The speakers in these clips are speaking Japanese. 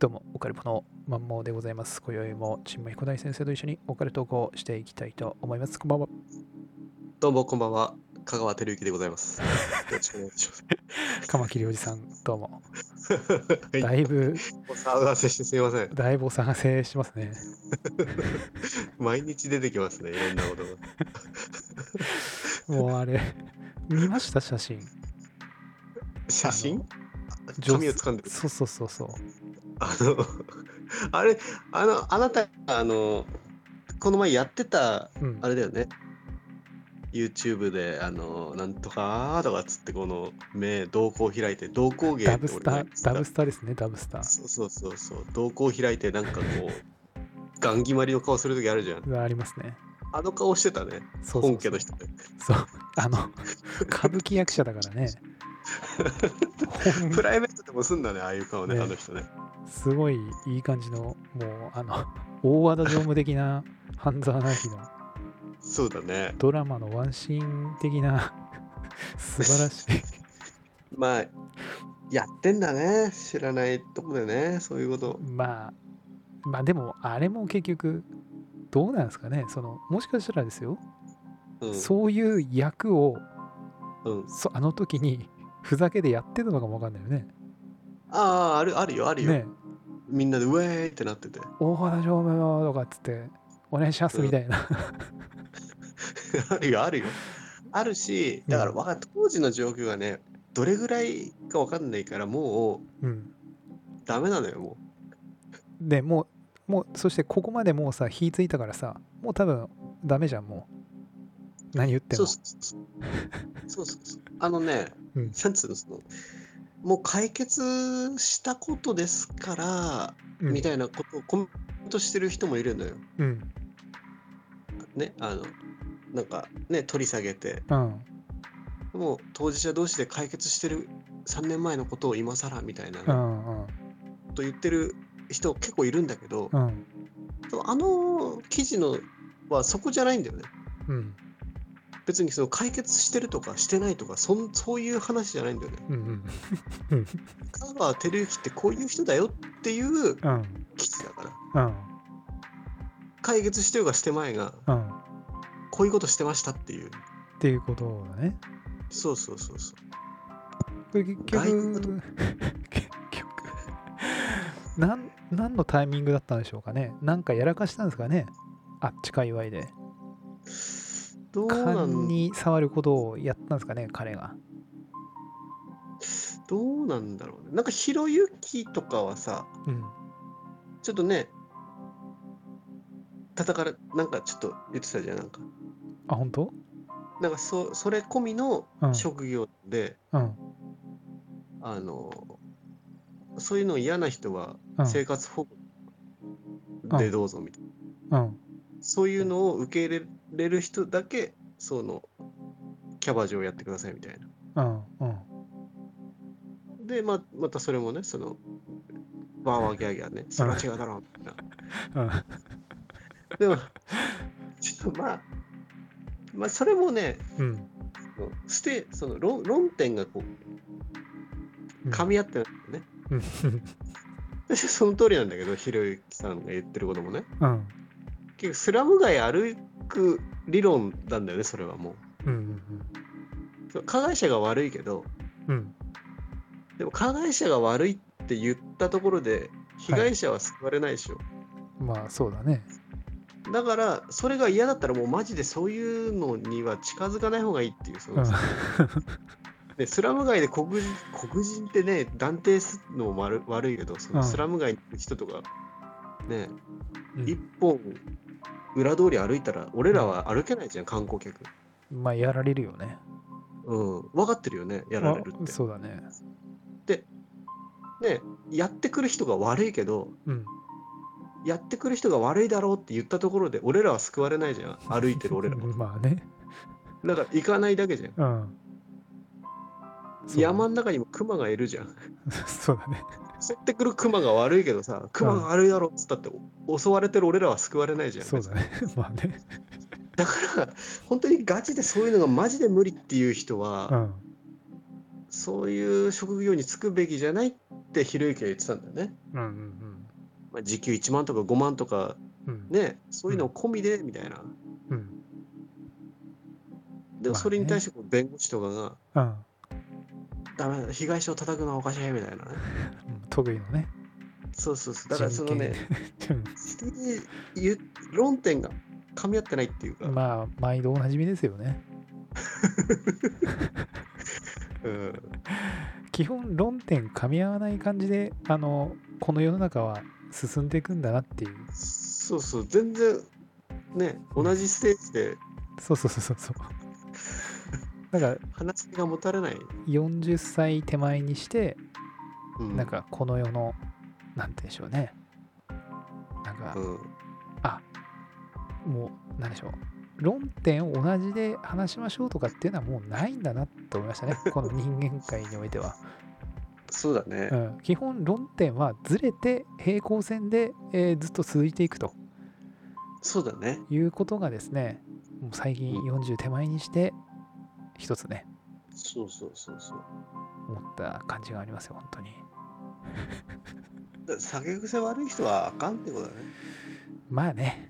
どうも、オカルポのマンモーでございます。今宵も陳馬彦大先生と一緒にオカルトークをしていきたいと思います。こんばんは。 どうもこんばんは。香川照之でございます。よろしくお願いします。 カマキリおじさん、どうも。 はい。 だいぶお騒がせしてすみません。 お探せしますね。 毎日出てきますね、いろんなことが。 もうあれ、見ました写真。 写真女髪を掴んでる。 そうそうそうそう。 あの、あれ、あなた、この前やってた、あれだよね。YouTube で、なんとかとかっつって、この瞳孔開いて、瞳孔芸って俺が言ってた。 ダブスターですね、ダブスター。 そう。瞳孔開いて、なんかこう、ガン決まりの顔するときあるじゃん。 ありますね。 あの顔してたね。 そう本家の人で。 そう。歌舞伎役者だからね。 プライベートでもすんだね、ああいう顔ね、あの人ね。 すごいいい感じの、もう、大和田常務的な半沢直樹の。 そうだね。 ドラマのワンシーン的な素晴らしいまあ、やってんだね。知らないとこでね、そういうこと。 まあでも、あれも結局、どうなんですかね。もしかしたらですよ、そういう役を、あの時にふざけでやってるのかもわかんないよね。 あるよ。ね、みんなでウェーイってなってて。 大和田常務よとかっつって、お願いしますみたいな。 あるよ。あるし、だから当時の状況がね、どれぐらいかわかんないから、もう、ダメなのよ、もう。で、もう、そしてここまでもうさ、火ついたからさ、もう多分、ダメじゃん、もう。何言っても。 そう。なんつうの、もう解決したことですから、みたいなことをコメントしてる人もいるのよ。ね、なんかね、取り下げて、もう当事者同士で解決してる3年前のことを今更みたいなと言ってる人結構いるんだけど、あの記事のはそこじゃないんだよね。別にその解決してるとかしてないとかそういう話じゃないんだよね。香川照之ってこういう人だよっていう記事だから、解決してようがしてまいが、こういうことしてましたっていうことだね。 そう。 これ結局何のタイミングだったんでしょうかね。なんかやらかしたんですかね、あっち界隈で。勘に触ることをやったんですかね、彼が。 どうなんだろうね。なんかひろゆきとかはさ、ちょっとね、なんかちょっと言ってたじゃん、なんか。 あ、本当？ なんかそれ込みの職業で、そういうの嫌な人は生活保護でどうぞみたいな。そういうのを受け入れる人だけ、キャバ嬢をやってくださいみたいな。で、またそれもね、バーワーギャーギャーね、それは違うだろうみたいな。でも、ちょっとまあ、それもね、論点がこう、噛み合ってないんだよね。私はその通りなんだけど、ひろゆきさんが言ってることもね。結局、スラム街歩く理論なんだよね、それはもう。加害者が悪いけど、でも加害者が悪いって言ったところで、被害者は救われないでしょ。 まあ、そうだね。 だから、それが嫌だったらもうマジでそういうのには近づかない方がいいっていう、でスラム街で黒人ってね、断定するのも悪いけど、そのスラム街にいる人とか、ね、一本裏通り歩いたら、俺らは歩けないじゃん、観光客。 まあ、やられるよね。 分かってるよね、やられるって。 そうだね。 で、ね、やってくる人が悪いけど、やってくる人が悪いだろうって言ったところで、俺らは救われないじゃん、歩いてる俺らは。 まあね。 だから行かないだけじゃん。山の中にもクマがいるじゃん。 そうだね。 襲ってくるクマが悪いけどさ、クマが悪いだろっつったって襲われてる俺らは救われないじゃん。 そうだね。まあね。 だから本当にガチでそういうのがマジで無理っていう人は、 そういう職業に就くべきじゃないってひろゆきは言ってたんだよね。 うんうんうん。 まあ、時給1万とか5万とか、ね、そういうの込みで、みたいな。でもそれに対して弁護士とかが、ダメだ、被害者を叩くのはおかしいみたいなね。 得意のね。 そうそうそう。だからそのね、論点が噛み合ってないっていうか。 まあ、毎度おなじみですよね。基本論点噛み合わない感じでこの世の中は進んでいくんだなっていう。 そうそう、全然ね、同じステージで、 そうなんか話が持たれない。 40歳手前にして、なんかこの世のなんて言うんでしょうね、なんか、もう何でしょう、論点を同じで話しましょうとかっていうのはもうないんだなと思いましたねこの人間界においては。 そうだね、 基本論点はずれて平行線で、ずっと続いていくと。 そうだね。 いうことがですね、もう最近40手前にして一つね。 そう。 思った感じがありますよ、本当に。 酒癖悪い人はあかんってことだね。 まあね。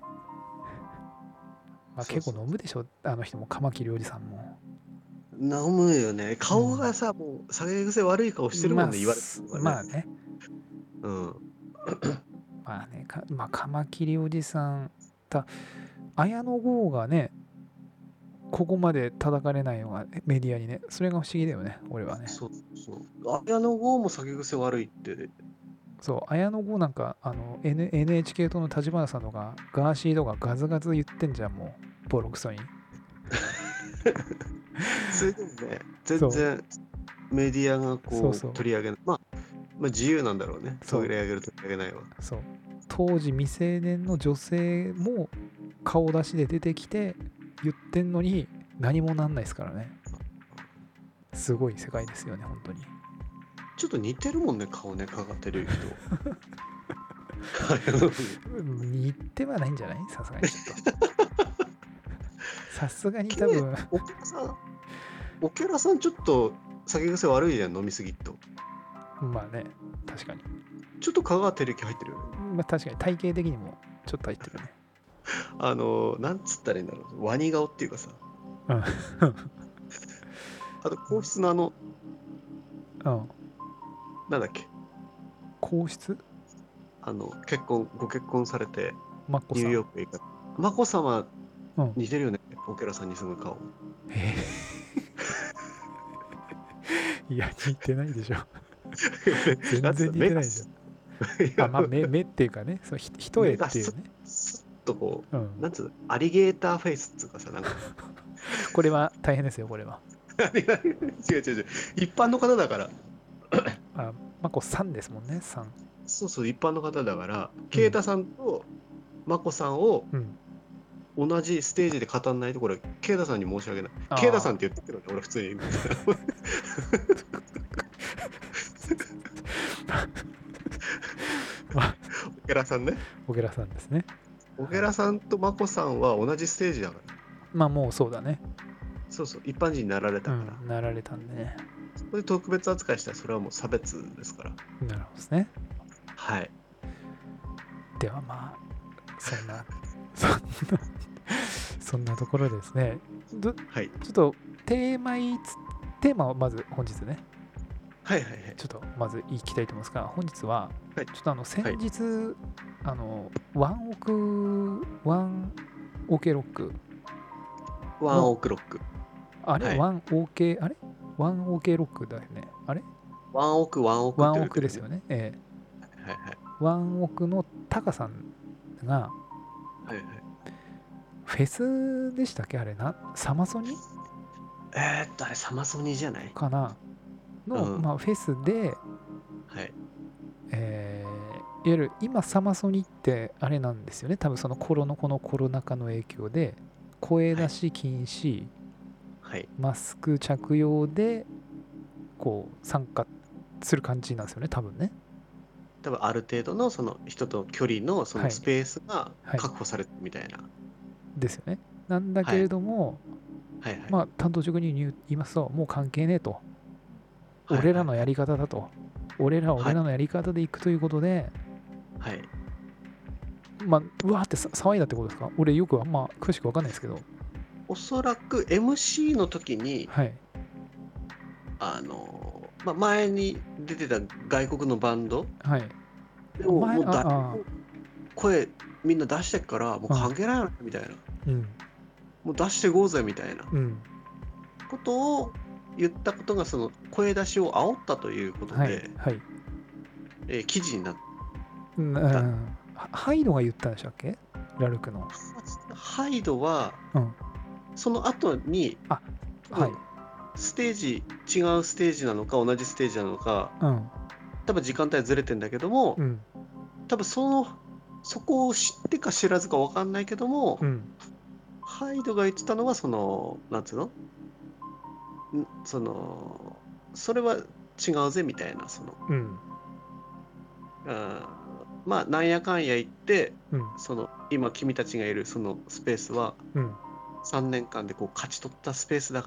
まあ、結構飲むでしょ、あの人も、カマキリおじさんも。 飲むよね。顔がさ、もう酒癖悪い顔してるもんね、言われてる、 まあね。まあね、カマキリおじさん、綾野剛がね、ここまで叩かれないのがメディアにね、それが不思議だよね、俺はね。 そう。綾野剛も酒癖悪いって。 そう、綾野剛なんかNHK 党の立花さんとかガーシーとかガズガズ言ってんじゃん、もうボロクソに。 それでもね、全然メディアがこう取り上げない。まあ自由なんだろうね。取り上げる取り上げないわ。 そう。当時未成年の女性も顔出しで出てきて言ってんのに何もなんないですからね。すごい世界ですよね、本当に。 ちょっと似てるもんね、顔ね、かかってる人。 似てはないんじゃない？さすがにちょっと。さすがに多分。 オケラさんちょっと酒癖悪いじゃん、飲みすぎと。 まあね、確かに。 ちょっと香川照之入ってるよね。 まあ確かに体型的にもちょっと入ってるね。 なんつったらいいんだろう。ワニ顔っていうかさ。あと、皇室のなんだっけ。 皇室？ ご結婚されて、 ニューヨークへ行った。眞子さま似てるよね、オケラさんに住む顔。 いや、似てないでしょ。全然似てないでしょ。まあ、目っていうかね、そう一重っていうね。 スッとこう、なんつうの、アリゲーターフェイスっていうかさ、なんか。 これは大変ですよ、これは。 違う。一般の方だから。 眞子さんですもんね、さん。 そう、一般の方だから、啓太さんと眞子さんを同じステージで語らないと、これ、啓太さんに申し訳ない。啓太さんって言ってるけどね、俺普通に。オケラさんね。 オケラさんですね。 オケラさんと眞子さんは同じステージだから。 まあもうそうだね。 そう、一般人になられたから。 なられたんでね。 そこで特別扱いしたらそれはもう差別ですから。 なるほどですね。 はい。 ではまあ、そんなところですね。 はい。 ちょっとテーマをまず本日ね。 はい。 ちょっとまずいきたいと思いますが、本日は、ちょっと先日、ワンオケロック。 ワンオクロック。 あれ、ワンオケロックだよね。あれワンオクですよね。ワンオクのタカさんが、フェスでしたっけあれサマソニあれサマソニじゃないかなの、フェスで、いわゆる今サマソニってあれなんですよね。多分そのこのコロナ禍の影響で声出し禁止、マスク着用でこう参加する感じなんですよね、多分ね。 多分ある程度のその人と距離のそのスペースが確保されてるみたいな。 ですよね。なんだけれども、まあ担当直入に言いますと、もう関係ねえと。 俺らのやり方だと。俺らのやり方でいくということで、 はい。 まあ、うわーって騒いだってことですか？俺よくあんま詳しく分かんないですけど。 おそらく MC の時に、 はい。 前に出てた外国のバンド、 はい。 でももうだいぶ声みんな出してっからもう関係ないなみたいな、もう出していこうぜみたいなことを言ったことが、その声出しを煽ったということで、記事になった。 ハイドが言ったんでしたっけ？ラルクの。 ハイドは、その後に、ステージ、違うステージなのか同じステージなのか、多分時間帯ずれてんだけども、多分そこを知ってか知らずか分かんないけども、ハイドが言ってたのはなんつうの、それは違うぜみたいな、まあなんやかんや言って、今君たちがいるそのスペースは、3年間でこう勝ち取ったスペースだから、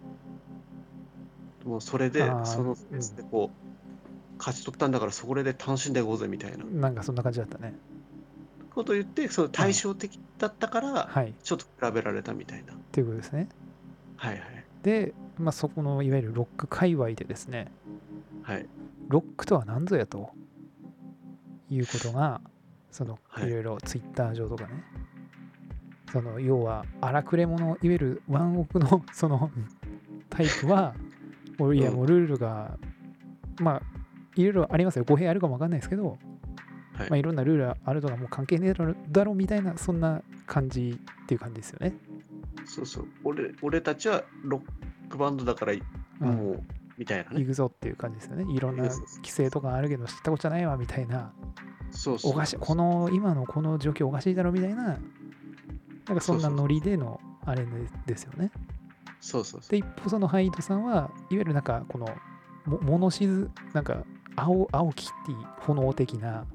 もうそれでそのスペースでこう勝ち取ったんだから、それで楽しんでいこうぜみたいな、 なんかそんな感じだったね。 ことを言って、その対照的だったから、ちょっと比べられたみたいな。 っていうことですね。 はいはい。 で、まあ、そこのいわゆるロック界隈でですね、ロックとは何ぞやということが、いろいろツイッター上とかね、要は荒くれ者、いわゆるワンオクのそのタイプは、いやもうルールが、まあいろいろありますよ、語弊あるかもわかんないですけど、まあいろんなルールあるとかもう関係ねえだろみたいな、そんな感じっていう感じですよね。 そうそう、俺たちはロックバンドだからもう、みたいなね。 行くぞっていう感じですよね。いろんな規制とかあるけど知ったことじゃないわみたいな。おかしい、今のこの状況おかしいだろみたいな、なんかそんなノリでのあれですよね。で、一方そのハイドさんはいわゆるなんかこの物静、なんか青きって炎的ななん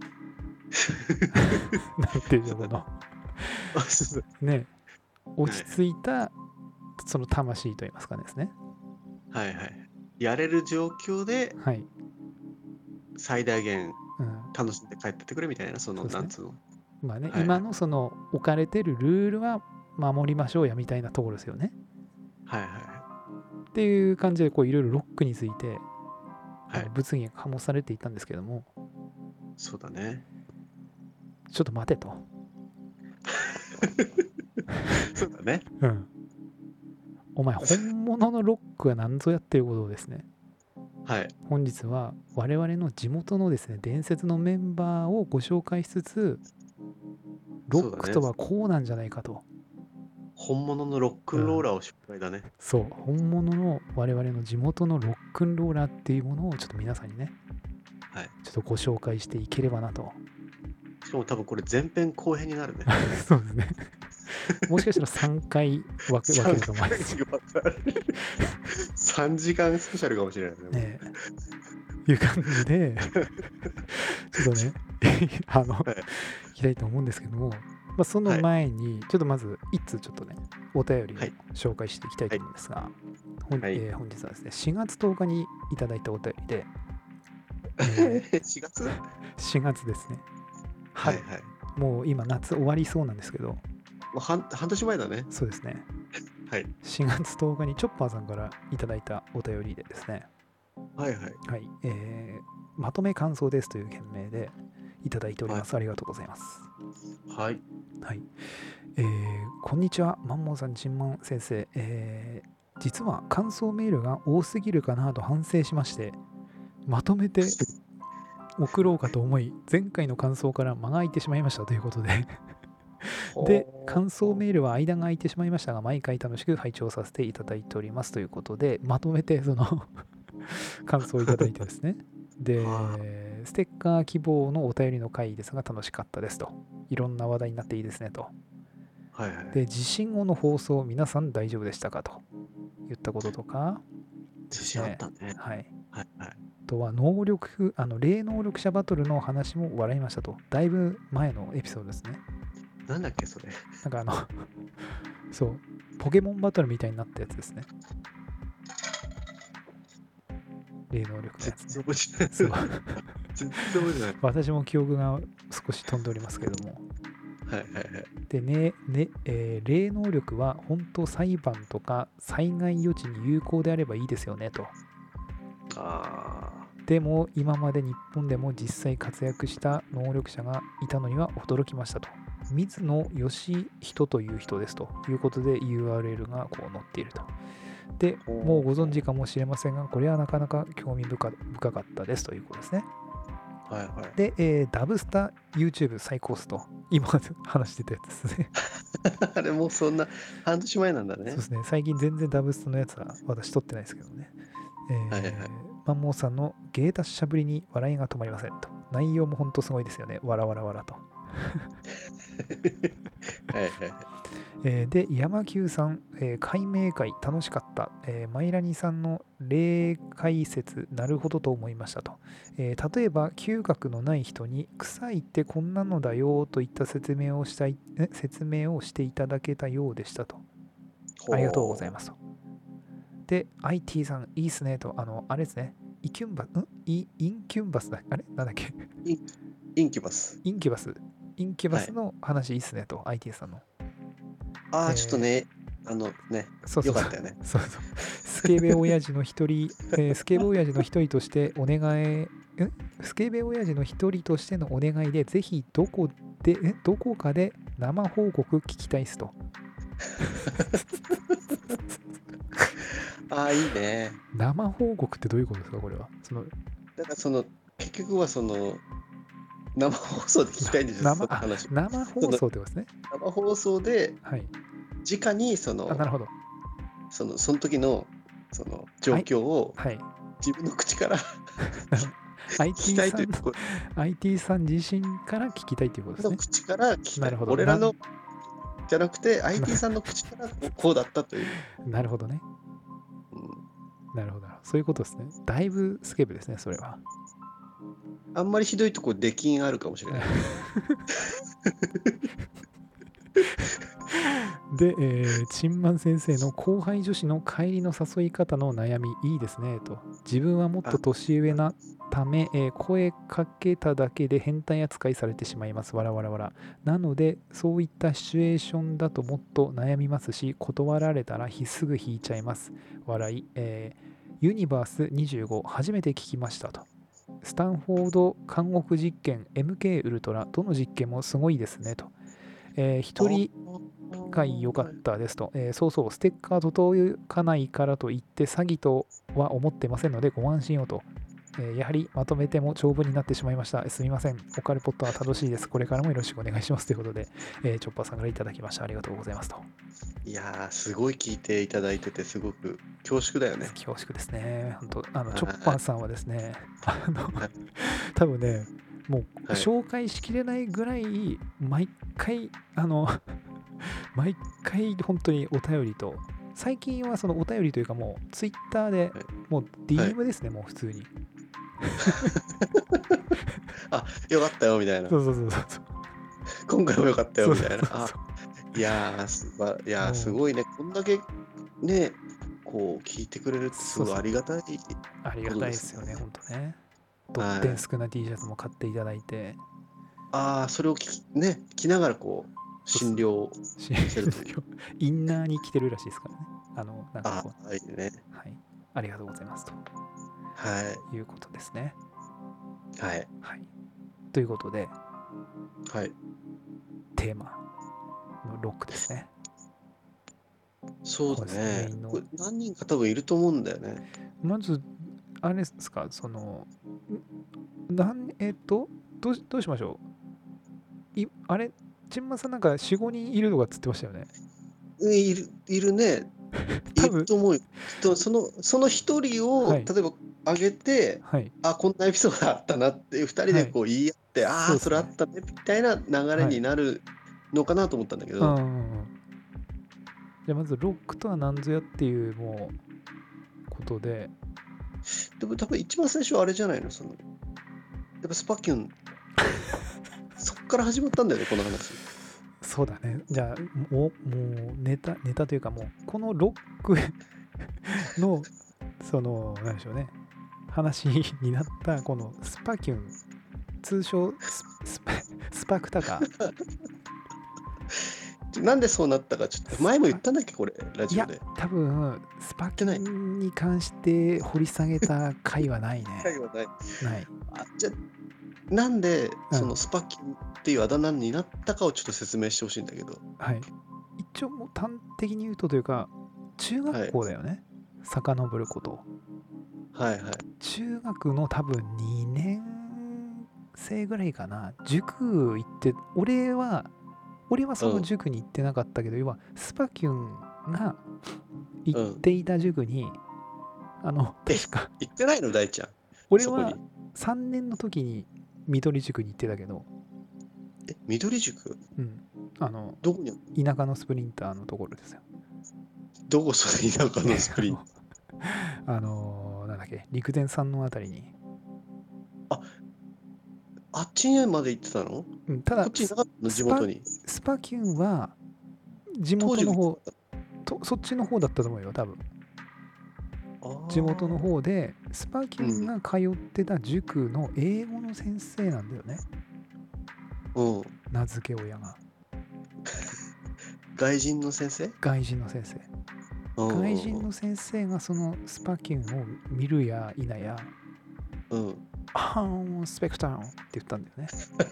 ていうのこのね、落ち着いたその魂といいますかですね。 はいはい。やれる状況で最大限楽しんで帰ってってくれみたいな、なんつうの。 まあね、今のその置かれてるルールは守りましょうやみたいなところですよね。 はいはい。 っていう感じでこういろいろロックについて物議が醸されていたんですけども、 そうだね。 ちょっと待てと。 そうだね。 お前本物のロックは何ぞやっていうことをですね。本日は我々の地元のですね伝説のメンバーをご紹介しつつ、ロックとはこうなんじゃないかと。 本物のロックンローラーを紹介だね。 そう、本物の我々の地元のロックンローラーっていうものをちょっと皆さんにね、ちょっとご紹介していければなと。 しかも多分これ前編後編になるね。 そうですね。もしかしたら3回分けると思います。 3時間スペシャルかもしれないね。いう感じで、ちょっとね、いきたいと思うんですけども、その前に、ちょっとまず、1通ちょっとね、お便りを紹介していきたいと思うんですが、本日はですね、4月10日にいただいたお便りで、 4月 ?4 月ですね。はい。もう今、夏終わりそうなんですけど、 半年前だね。 そうですね。 はい。 4月10日にチョッパーさんからいただいたお便りでですね、まとめ感想ですという件名でいただいております。ありがとうございます。 はい。 こんにちは、マンモーさん、ジンマン先生。実は感想メールが多すぎるかなと反省しまして、まとめて送ろうかと思い、前回の感想から間が空いてしまいましたということでで、感想メールは間が空いてしまいましたが、毎回楽しく拝聴させていただいておりますということで、まとめてその感想をいただいてですね。で、ステッカー希望のお便りの回ですが楽しかったですと。いろんな話題になっていいですねと。で、地震後の放送、皆さん大丈夫でしたかと言ったこととか、 地震あったね。 あとは霊能力者バトルの話も笑いましたと。だいぶ前のエピソードですね。 なんだっけそれ。 なんかそう、ポケモンバトルみたいになったやつですね。 霊能力のやつ、 全然覚えてない。 そう全然覚えてない。 私も記憶が少し飛んでおりますけども。 はいはいはい。 でね、霊能力は本当裁判とか災害予知に有効であればいいですよねと。でも今まで日本でも実際活躍した能力者がいたのには驚きましたと。水野義人という人ですということで URL がこう載っていると。で、もうご存知かもしれませんが、これはなかなか興味深かったですということですね。 はいはい。 で、ダブスタ YouTube 最高スと今話してたやつですね。 あれもうそんな半年前なんだね。 そうですね。最近全然ダブスタのやつは私撮ってないですけどね。 はいはい。 マンモーさんの芸達者ぶりに笑いが止まりませんと。内容も本当すごいですよね。わらわらわらと。 はいはい。 で、山久さん、解明会楽しかった。マイラニさんの霊解説、なるほどと思いましたと。例えば、嗅覚のない人に、臭いってこんなのだよといった説明をしていただけたようでしたと。ありがとうございますと。で、IT さん、いいっすねと。あれですね。インキュンバスだ。あれなんだっけインキュバス。 インキュバスの話いいっすねと、IT さんの。 ちょっとね、よかったよね。 そうそう。スケベ親父の一人、スケベ親父の一人としてお願い、スケベ親父の一人としてのお願いで、ぜひどこかで生報告聞きたいっすと。 いいね。 生報告ってどういうことですか、これは。 だから結局は生放送で聞きたいんですよ、 生放送ってことですね。 生放送で、直になるほど。 その時の状況を自分の口から聞きたいということ。 IT さん自身から聞きたいということですね。 口から聞きたい。俺らのじゃなくて IT さんの口からこうだったという。 なるほどね。なるほど。そういうことですね。だいぶスケベですね、それは。 あんまりひどいとこ出禁あるかもしれない。 で、チンマン先生の後輩女子の帰りの誘い方の悩み、いいですねと。自分はもっと年上なため、声かけただけで変態扱いされてしまいます。わらわらわら。なので、そういったシチュエーションだともっと悩みますし、断られたらすぐ引いちゃいます。笑い。ユニバース25、初めて聞きましたと。スタンフォード監獄実験 MK ウルトラ、どの実験もすごいですねと。一人が良かったですと。そうそう、ステッカー届かないからといって詐欺とは思ってませんのでご安心をと。やはりまとめても長文になってしまいました。すみません。オカルポットは楽しいです。これからもよろしくお願いしますということで、チョッパーさんからいただきました。ありがとうございますと。 いやー、すごい聞いていただいてて、すごく恐縮だよね。 恐縮ですね。本当チョッパーさんはですね、多分ね、もう紹介しきれないぐらい、毎回本当にお便りと、最近はそのお便りというかもうツイッターでもう DM ですね、もう普通に。 よかったよみたいな。 そう今回もよかったよみたいな。いやー、すごいね。こんだけね、こう聞いてくれるってすごいありがたい。 ありがたいですよね、本当ね。ドッテンスクな T シャツも買っていただいて。 それを聞きながらこう診療してるという。 インナーに着てるらしいですからね。なんかこう。 いいね。 はい。ありがとうございますと。いうことですね。 はい。 ということで、テーマのロックですね。 そうだね。何人か多分いると思うんだよね。 まず、あれですか、どうしましょう。あれ、チンマさんなんか4、5人いるとかっつってましたよね。 いるね。いると思うよ。その一人を、例えば挙げて、こんなエピソードあったなって2人でこう言い合って、それあったねみたいな流れになるのかなと思ったんだけど。 じゃあまずロックとは何ぞやっていうもうことで。 でも多分一番最初はあれじゃないの、やっぱスパキュンそっから始まったんだよね、この話。 そうだね。じゃあもうネタというか、もうこのロックの何でしょうね、 話になったこのスパキュン、通称スパクタか。 なんでそうなったか、ちょっと前も言ったんだっけ、これ、ラジオで。 いや、多分、スパキュンに関して掘り下げた回はないね。 回はない。 ない。 じゃあ、なんで、そのスパキュンっていうあだ名になったかをちょっと説明してほしいんだけど。 はい。一応、もう端的に言うというか、中学校だよね。遡ること。 はいはい。 中学の多分2年生ぐらいかな。塾行って、俺はその塾に行ってなかったけど、要はスパキュンが行っていた塾に、確か。 行ってないの、大ちゃん。 俺は3年の時に緑塾に行ってたけど。 緑塾？ うん。 どこに？ 田舎のスプリンターのところですよ。 どこそれ、田舎のスプリンターなんだっけ、陸前山のあたりに。 あっちにまで行ってたの？ ただ、 こっちなかったの、地元に。 スパキュンは、地元の方、そっちの方だったと思うよ、多分。地元の方で、スパキュンが通ってた塾の英語の先生なんだよね。名付け親が。 外人の先生？ 外人の先生。外人の先生がそのスパキュンを見るや否や、スペクターって言ったんだよね。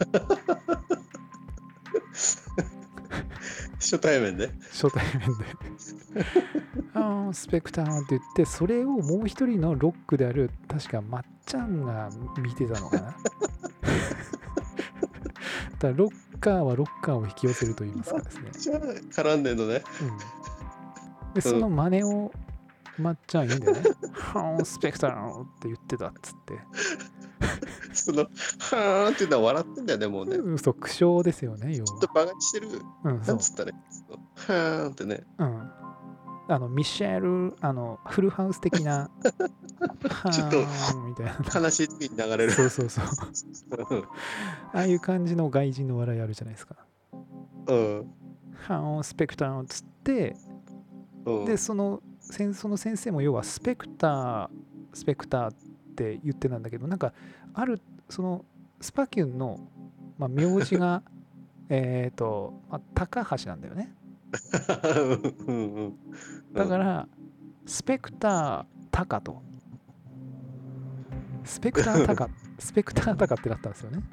初対面で初対面でスペクターって言って、それをもう一人のロックである確かまっちゃんが見てたのかな。だからロッカーはロッカーを引き寄せると言いますかですね。 絡んでんのね。 でその真似をまっちゃん言うんだよね。スペクターって言ってたっつって。 そのはーんっていうのは笑ってんだよね、もうね。 そう、苦笑ですよね、 ちょっとバカにしてる。なんつったら、はーんってね。 ミシェル、フルハウス的な、 ちょっとみたいな。 悲しい時に流れる。 そう。ああいう感じの外人の笑いあるじゃないですか。スペクターっつって、で、その先生も要はスペクターって言ってたんだけど、なんかあるそのスパキュンの、名字が高橋なんだよね。だからスペクタータカとスペクタータカってなったんですよね。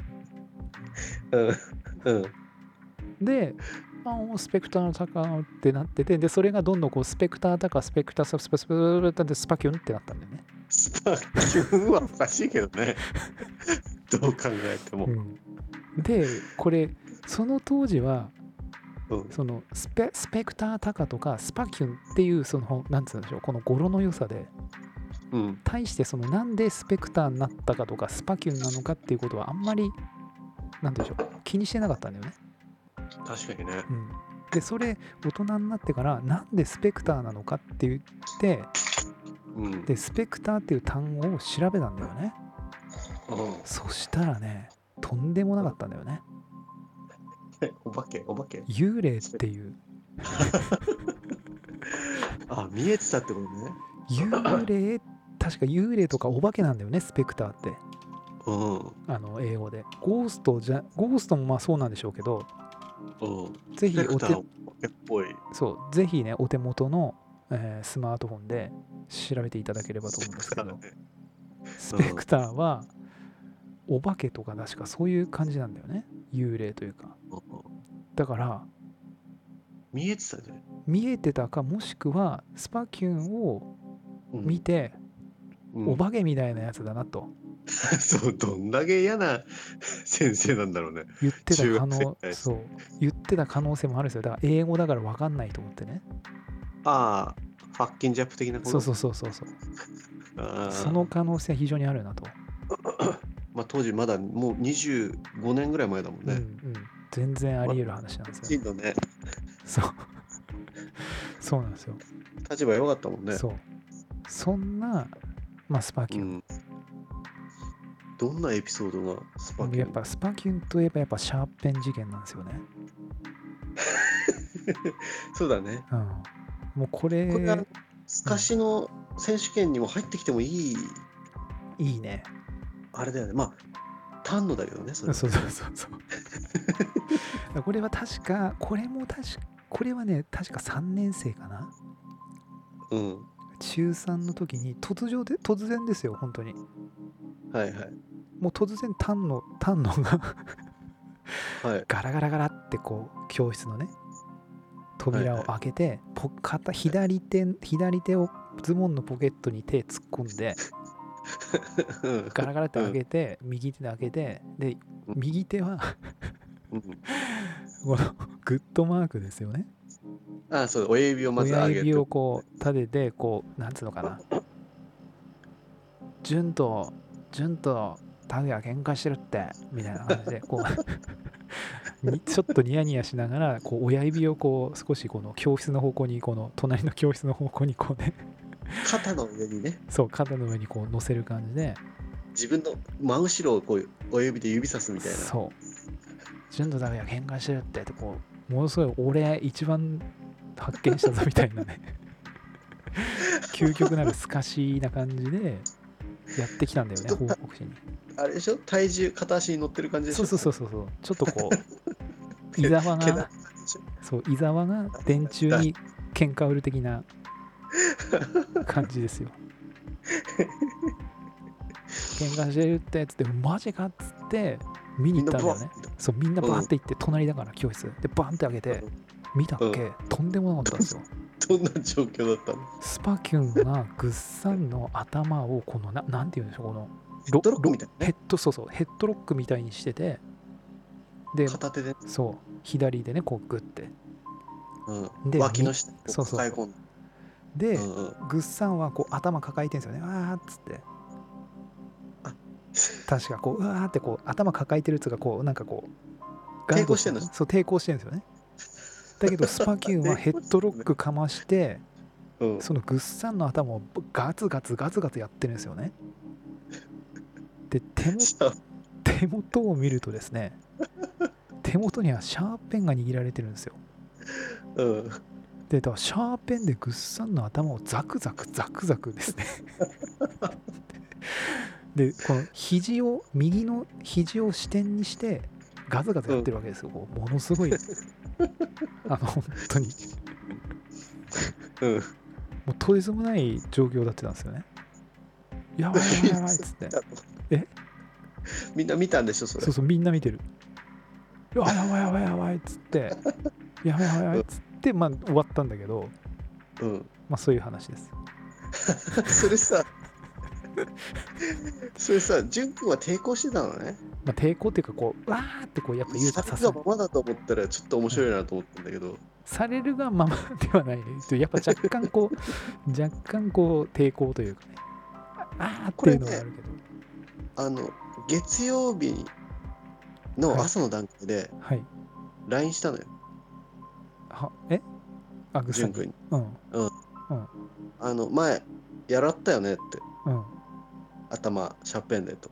でスペクタータカってなってて、でそれがどんどんこうスペクタータカスペクタースパキュンってなったんだよね。 スパキュンはおかしいけどね。どう考えても。 でこれその当時は、そのスペクタータカとかスパキュンっていうそのなんつうんでしょう、この語呂の良さで、対してそのなんでスペクターになったかとかスパキュンなのかっていうことはあんまりなんでしょう気にしてなかったんだよね。 確かにね。 でそれ大人になってからなんでスペクターなのかって言って、でスペクターっていう単語を調べたんだよね。そしたらね、とんでもなかったんだよね。 お化け幽霊っていう見えてたってことね。 幽霊、確か幽霊とかお化けなんだよね、スペクターって。英語でゴーストもまあそうなんでしょうけど、ぜひぜひねお手元の、スマートフォンで調べていただければと思うんですけど、スペクターはお化けとか確かそういう感じなんだよね、幽霊というか。だから見えてたね。 見えてたか、もしくはスパキュンを見て、お化けみたいなやつだなと。 そう、どんだけ嫌な先生なんだろうね。 言ってた可能性もあるんですよ。だから英語だから分かんないと思ってね。 ファッキンジャップ的なこと。 そう。その可能性は非常にあるなと。 当時まだもう25年ぐらい前だもんね。 全然あり得る話なんですよ。 ね。 そうなんですよ。 立場良かったもんね。 そんな、スパキュン。 どんなエピソードがスパキュン？ やっぱスパキュンといえばやっぱシャーペン事件なんですよね。 そうだね。 もうこれはスカシの選手権にも入ってきてもいいいいね。 あれだよね。まあ丹野だけどね、それ。 そうこれは確か、これはね、確か3年生かな。中3の時に突然ですよ、本当に。 はいはい。 もう突然丹野がはい、 ガラガラガラってこう教室のね扉を開けて、左手をズボンのポケットに手突っ込んでガラガラって開けて、右手で開けて、で右手はこのグッドマークですよね。 そう、親指をまず上げて、 親指をこう立てて、こうなんつうのかな、順とタグヤ喧嘩してるってみたいな感じでこうちょっとニヤニヤしながら、こう親指をこう少しこの教室の方向に、この隣の教室の方向にこうね肩の上にね、 そう肩の上にこう乗せる感じで、 自分の真後ろをこう親指で指さすみたいな。 そう順とタグヤ喧嘩してるってこう、ものすごい俺一番発見したぞみたいなね究極なる透かしな感じでやってきたんだよね、報告しに。 あれでしょ、体重片足に乗ってる感じでしょ。 そうちょっとこう伊沢が電柱に喧嘩売る的な感じですよ。喧嘩してるってつって、マジかっつって見に行ったんだよね。そう、みんなバーって行って、隣だから教室でバーンって開けて、見たっけ、とんでもなかったんですよ。 どんな状況だったの？ スパキュンがグッサンの頭をこのなんていうんでしょう、このヘッドロックみたいな、ね、 ヘッドロックみたいにしてて、で片手で、 そう左でねこうグッて、 で脇の下に抱え込んで、グッサンはこう頭抱えてるんですよね。わーっつって確かこううわーってこう頭抱えてるやつがこうなんかこう抵抗してるんです。 そう抵抗してるんですよね。だけどスパキュンはヘッドロックかましてそのグッサンの頭をガツガツやってるんですよね。で手元を見るとですね、手元にはシャーペンが握られてるんですよ。でだからシャーペンでグッサンの頭をザクザクですねでこの右の肘を支点にしてガツガツやってるわけですよ。ものすごい本当にもうとてつもない状況だってたんですよね。やばいっつってみんな見たんでしょ、それ。 そうみんな見てる。やばいっつってやばいっつってまあ終わったんだけど、まあそういう話ですそれさ淳君は抵抗してたのね。 まあ抵抗っていうかこうわーってこうやっぱ言うとされるがままだと思ったらちょっと面白いなと思ったんだけど、 されるがままではないね。やっぱ若干こう抵抗というかね、あーっていうのがあるけど、 ね、月曜日の朝の段階で LINE したのよ。淳君に。前やらったよねって、頭シャーペンでと。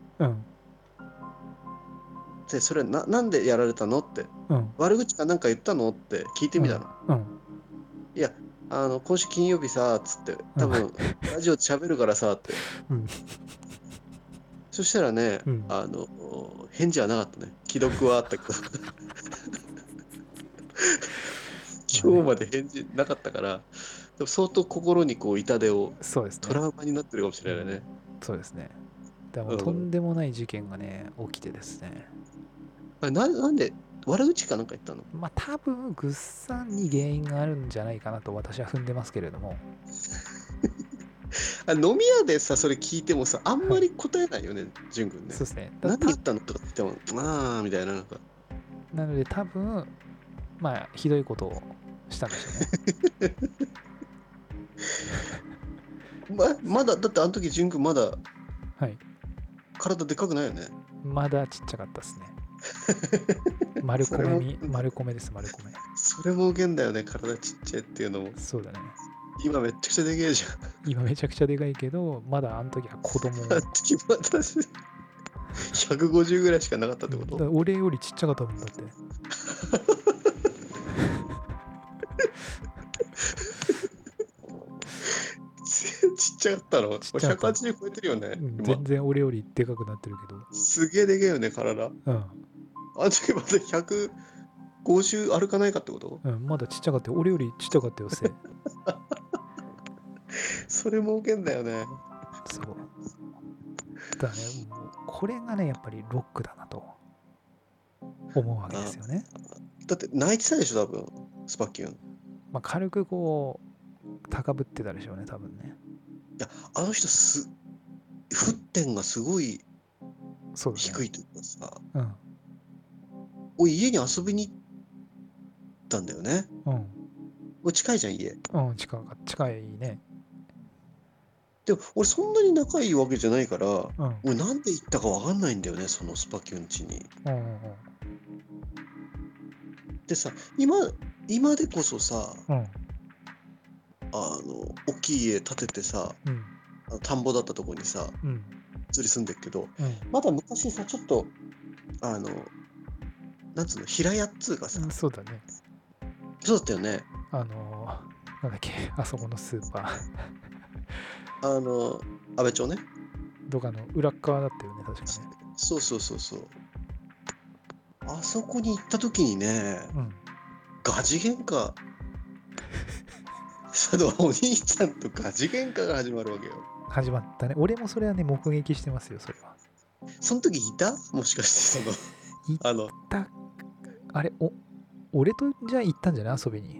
でそれなんでやられたのって、悪口かなんか言ったのって聞いてみたの。いや今週金曜日さつって多分ラジオで喋るからさって、そしたらね、返事はなかったね。既読はあったけど今日まで返事なかったから相当心にこう痛手を、トラウマになってるかもしれないね。 そうですね。でもとんでもない事件がね起きてですね。 なんで悪口かなんか言ったの？ まあ多分グッサンに原因があるんじゃないかなと私は踏んでますけれども飲み屋でさそれ聞いてもさあんまり答えないよね、淳君ね。 そうですね。 何言ったのとか言ってもみたいななんか。 なので多分まあひどいことをしたんでしょうねまだだってあの時淳君まだ体でかくないよね。 まだちっちゃかったですね丸米です。 それもウケんだよね、体ちっちゃいっていうのも。 そうだね。 今めちゃくちゃでけえじゃん。今めちゃくちゃでかいけどまだあの時は子供あの時まだ150ぐらいしかなかったってこと？ 俺よりちっちゃかったもんだってちっちちゃかったの？ ちっちゃかった。 180超えてるよね、 全然俺よりでかくなってるけど。 すげえでけえよね、体。あの時まだ150歩かないかってこと？ まだちっちゃかったよ。俺よりちっちゃかったよ、背。 それ儲けんだよね。 そう。だね、もうこれがね、やっぱりロックだなと思うわけですよね。 だって泣いてたでしょ、多分、スパキュン。 まあ、軽くこう、高ぶってたでしょうね、多分ね。 いや、あの人沸点がすごい低いというかさ、俺家に遊びに行ったんだよね。近いじゃん、家。 近いね。 でも、俺そんなに仲いいわけじゃないから、俺なんで行ったかわかんないんだよね、そのスパキュン家に。でさ、今でこそさ、大きい家建ててさ、田んぼだったとこにさ、移り住んでるけど、まだ昔さ、ちょっと、なんつうの、平屋っつうかさ。 そうだね。 そうだったよね。 なんだっけ、あそこのスーパー。 安倍町ね。 どっかの裏側だったよね、確かね。 そう。あそこに行った時にね、ガチ喧嘩。お兄ちゃんとガチ喧嘩が始まるわけよ。 始まったね。俺もそれはね、目撃してますよ、それは。 その時いた？もしかしていた。あれ、俺とじゃあ行ったんじゃない？遊びに。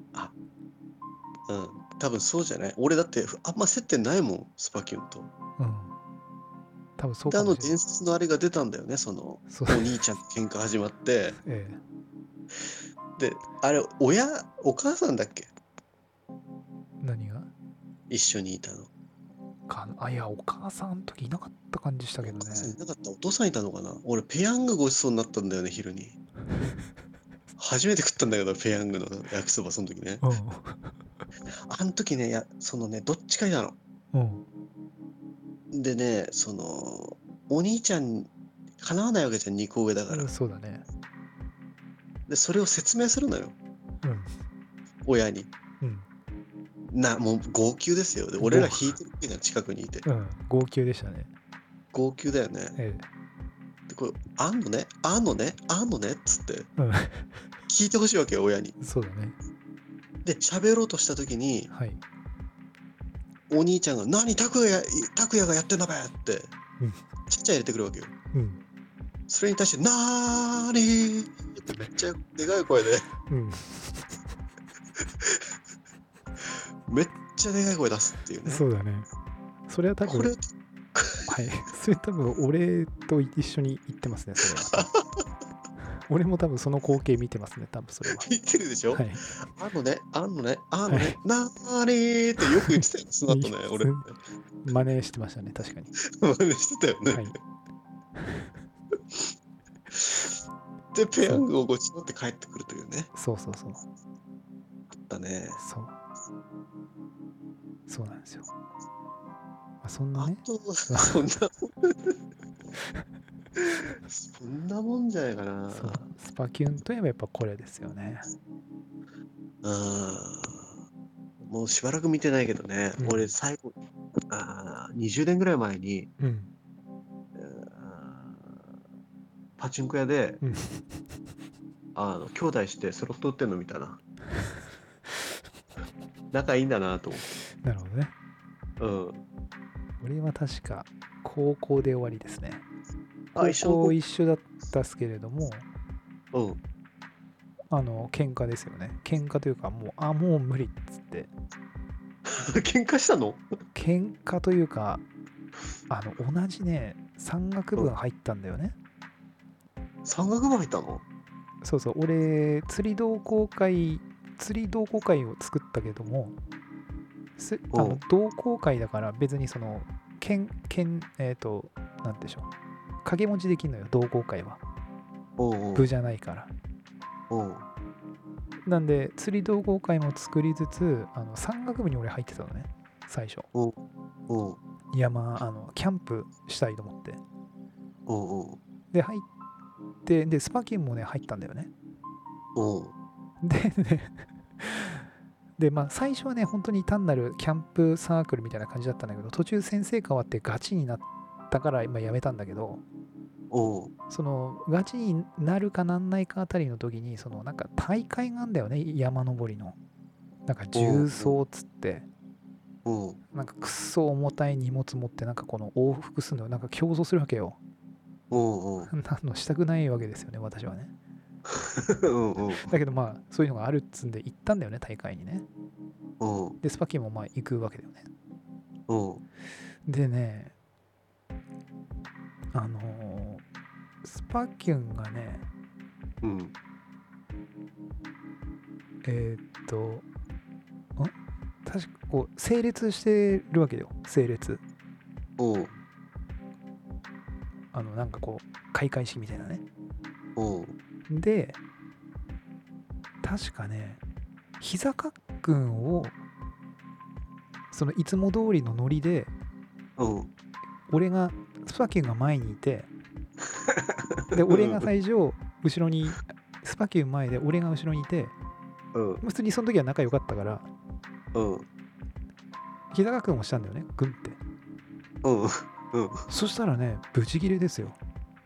多分そうじゃない？俺だってあんま接点ないもん、スパキュンと。 多分そうかもしれない。 で、伝説のあれが出たんだよね、お兄ちゃんと喧嘩始まって。で、あれ、お母さんだっけ？ 何が？ 一緒にいたの。 いや、お母さんの時いなかった感じしたけどね。お母さんいなかった？お父さんいたのかな？俺、ペヤングごちそうになったんだよね、昼に。初めて食ったんだけど、ペヤングの焼きそば、その時ね。あの時ね、どっちかいなの。でね、お兄ちゃん、叶わないわけじゃん、2個上だから。 そうだね。 で、それを説明するのよ。親に。もう号泣ですよ。で、俺ら引いてる時が近くにいて。 号泣でしたね。 号泣だよね。で、これ、あんのねっつって、聞いてほしいわけよ、親に。 そうだね。 で、喋ろうとした時に、お兄ちゃんが、何、拓也がやってんだべって、ちっちゃい入れてくるわけよ。それに対して、なーにーってめっちゃでかい声で、めっちゃでかい声出すっていうね。 そうだね。それは多分、それ多分俺と一緒に行ってますね、それは。俺も多分その光景見てますね、多分それは。 見てるでしょ？あのね、なーにーってよく言ってたよ、その後ね、俺。 真似してましたね、確かに。 真似してたよね。で、ペヤングをごちそうって帰ってくるというね。 そう。 あったね。 そうなんですよ。そんなね。 そんなもんじゃないかな。 スパキュンといえばやっぱこれですよね。 もうしばらく見てないけどね、俺最後、20年ぐらい前に、パチンコ屋で、兄弟してスロット売ってんの見たな。仲いいんだなと思って。 なるほどね。俺は確か高校で終わりですね。高校一緒だったっすけれども、喧嘩ですよね。喧嘩というか、もう無理っつって。 喧嘩したの？ 喧嘩というか、同じね、山岳部が入ったんだよね。 山岳部入ったの？ そう、俺、釣り同好会を作ったけども、同好会だから別になんでしょう。掛け持ちできるのよ、同好会は。部じゃないから。なんで、釣り同好会も作りつつ、山岳部に俺入ってたのね、最初。キャンプしたいと思って。で、入って、で、スパキンもね、入ったんだよね。でね、 でまあ最初はね本当に単なるキャンプサークルみたいな感じだったんだけど、途中先生変わってガチになったから今やめたんだけど、そのガチになるかなんないかあたりの時に、そのなんか大会があんだよね、山登りの。なんか重装っつって、なんかくっそ重たい荷物持ってなんかこの往復するのなんか競争するわけよ。なんのしたくないわけですよね、私はね。だけどまあそういうのがあるっつんで行ったんだよね、大会にね。でスパキュンもまあ行くわけだよね。でね、スパキュンがね、確かこう整列してるわけよ、整列。なんかこう開会式みたいなね。で確かね、膝かっくんをそのいつも通りのノリで、俺がスパキュンが前にいて、で俺が最初後ろに、スパキュン前で俺が後ろにいて、普通にその時は仲良かったから、膝かっくんもしたんだよね、グンって。そしたらね、ブチギレですよ。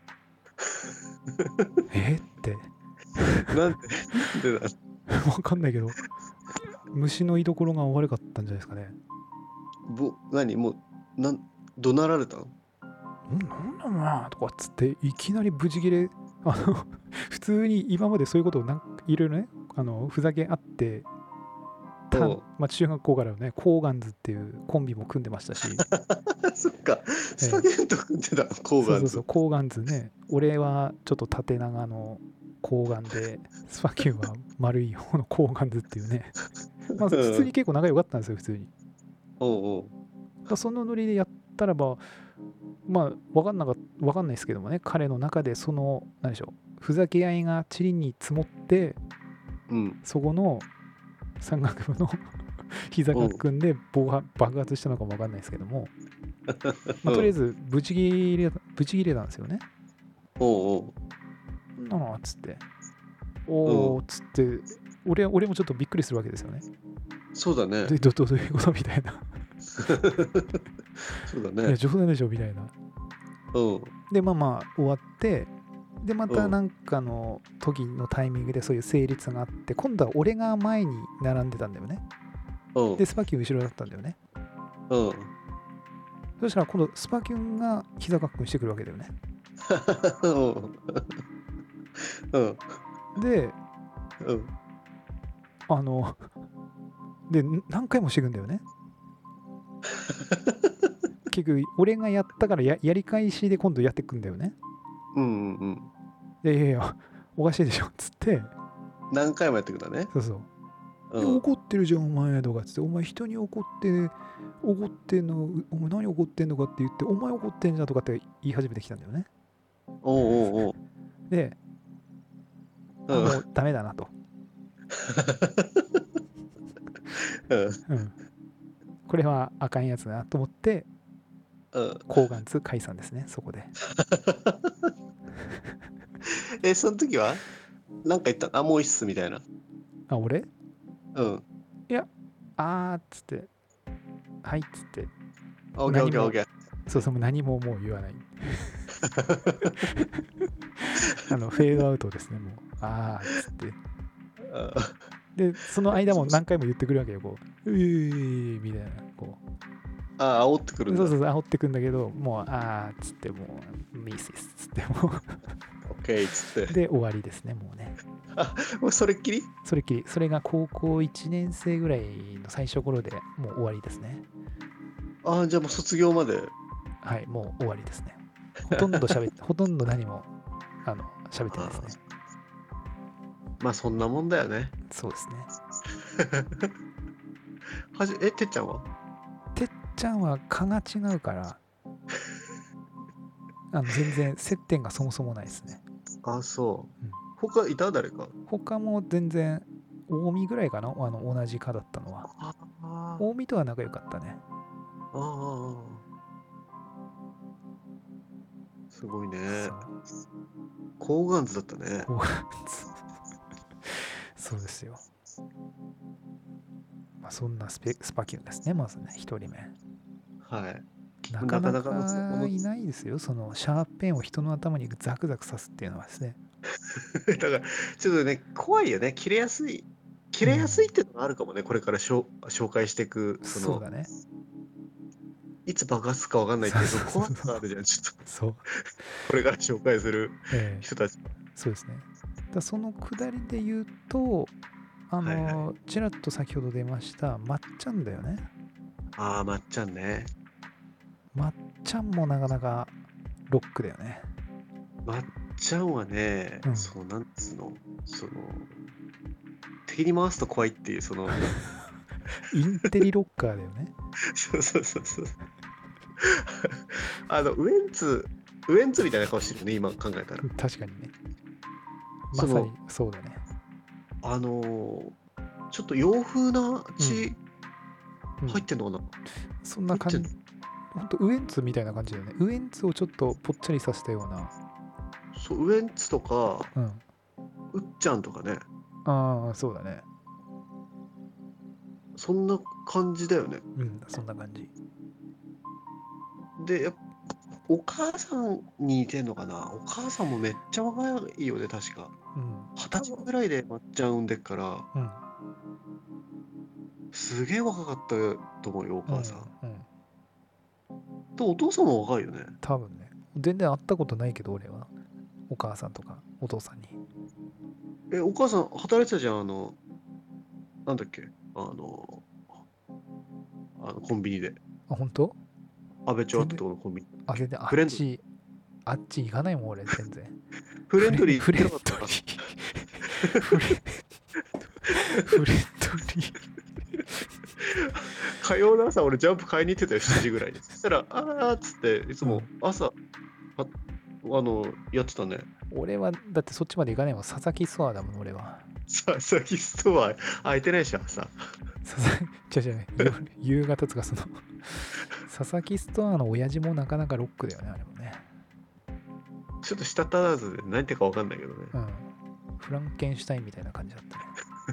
ってなんでだわかんないけど、虫の居所が悪かったんじゃないですかね。 何もう怒鳴られたの？ なんだなとかっつっていきなりブチギレ。普通に今までそういうことをいろいろね、ふざけ合ってまあ、中学校からね、コーガンズっていうコンビも組んでましたし。 そっか、スパゲット組んでた、コーガンズ。 そう、コーガンズね。俺はちょっと縦長のコーガンで、スパキュンは丸い方のコーガンズっていうね。まあ、普通に結構仲良かったんですよ、普通に。そのノリでやったらば、まあ、わかんないですけどもね、彼の中で何でしょう、ふざけ合いがチリに積もって、そこの山岳部の膝が組んで爆発したのかもわかんないですけども、まあ、とりあえずブチギレたんですよね。なあっつって、おーっつって、俺もちょっとびっくりするわけですよね。 そうだね。 どういうことみたいな。 そうだね。 いや、冗談でしょみたいな。で、まあ終わって、でまたなんかの時のタイミングでそういう成立があって、今度は俺が前に並んでたんだよね。でスパキュン後ろだったんだよね。そしたら今度スパキュンが膝かっくんしてくるわけだよね。で、で何回もしてくんだよね。結局俺がやったから やり返しで今度やってくんだよね。で、いやおかしいでしょっつって何回もやってくんだね。 そう怒ってるじゃんお前とかっつって、お前人に怒ってんの、お前何怒ってんのかって言って、お前怒ってんじゃんとかって言い始めてきたんだよね。で、もうダメだなと。これはあかんやつだなと思って、コーガンズ解散ですね、そこで。 その時は何か言ったの？もういいっすみたいな。 あ、俺？いや、っつって、はいっつって。 オッケー。 そう、何ももう言わない。フェードアウトですね、もう。っつって。で、その間も何回も言ってくるわけよ、こう。みたいな、こう。 煽ってくるんだ。 そう、煽ってくんだけど、もう、っつって、もう、ミスっつって、もう。 オッケーっつって。 で、終わりですね、もうね。 もうそれっきり？ それが高校1年生ぐらいの最初頃でもう終わりですね。 じゃあもう卒業まで？ はい、もう終わりですね。ほとんど何も喋ってないですね。 まあそんなもんだよね。 そうですね。 てっちゃんは？ てっちゃんは科が違うから全然接点がそもそもないですね。 そう。他いた？誰か？ 他も全然近江ぐらいかな、同じ科だったのは。近江とは仲良かったね。 すごいね。コーガンズだったね。 コーガンズそうですよ。 まあ、そんなスパキュンですね、まずね、1人目。 はい。 なかなかいないですよ、そのシャーペンを人の頭にザクザク刺すっていうのはですね。 だから、ちょっとね、怖いよね。切れやすいっていうのがあるかもね、これから紹介していく、 そうだね。 いつ爆発するか分かんないっていう、その怖さがあるじゃん、ちょっと。 そう。 これから紹介する人たち。 そうですね。そのくだりで言うと、ちらっと先ほど出ました、まっちゃんだよね。 ああ、まっちゃんね。 まっちゃんもなかなかロックだよね。 まっちゃんはね、なんつうの、敵に回すと怖いっていう、 インテリロッカーだよね。 そう。ウエンツみたいな顔してるよね、今考えたら。 確かにね。まさにそうだね。 ちょっと洋風な血入ってんのかな、 そんな感じ。ほんとウエンツみたいな感じだよね。ウエンツをちょっとぽっちゃりさせたような。 そう、ウエンツとか、うっちゃんとかね。 ああ、そうだね。 そんな感じだよね。 そんな感じ。 で、お母さんに似てんのかな。お母さんもめっちゃ若いよね、確か。20歳ぐらいでまっちゃん産んでっから、すげえ若かったと思うよ、お母さん。と、お父さんも若いよね。 多分ね。全然会ったことないけど、俺は。お母さんとか、お父さんに。 お母さん働いてたじゃん、なんだっけ、コンビニで。 あ、本当？ 安倍町あったところのコンビニ。 全然あっち行かないもん、俺、全然。 フレンドリー。 フレンドリー。 火曜の朝、俺ジャンプ買いに行ってたよ、7時ぐらいに。そしたら、っつって、いつも朝、やってたね。 俺は、だってそっちまで行かないもん。佐々木ストアだもん、俺は。 佐々木ストア、開いてないし、朝。 夕方とか、佐々木ストアの親父もなかなかロックだよね、あれもね。 ちょっと舌足らずで何言ってるか分かんないけどね。 フランケンシュタインみたいな感じだったね。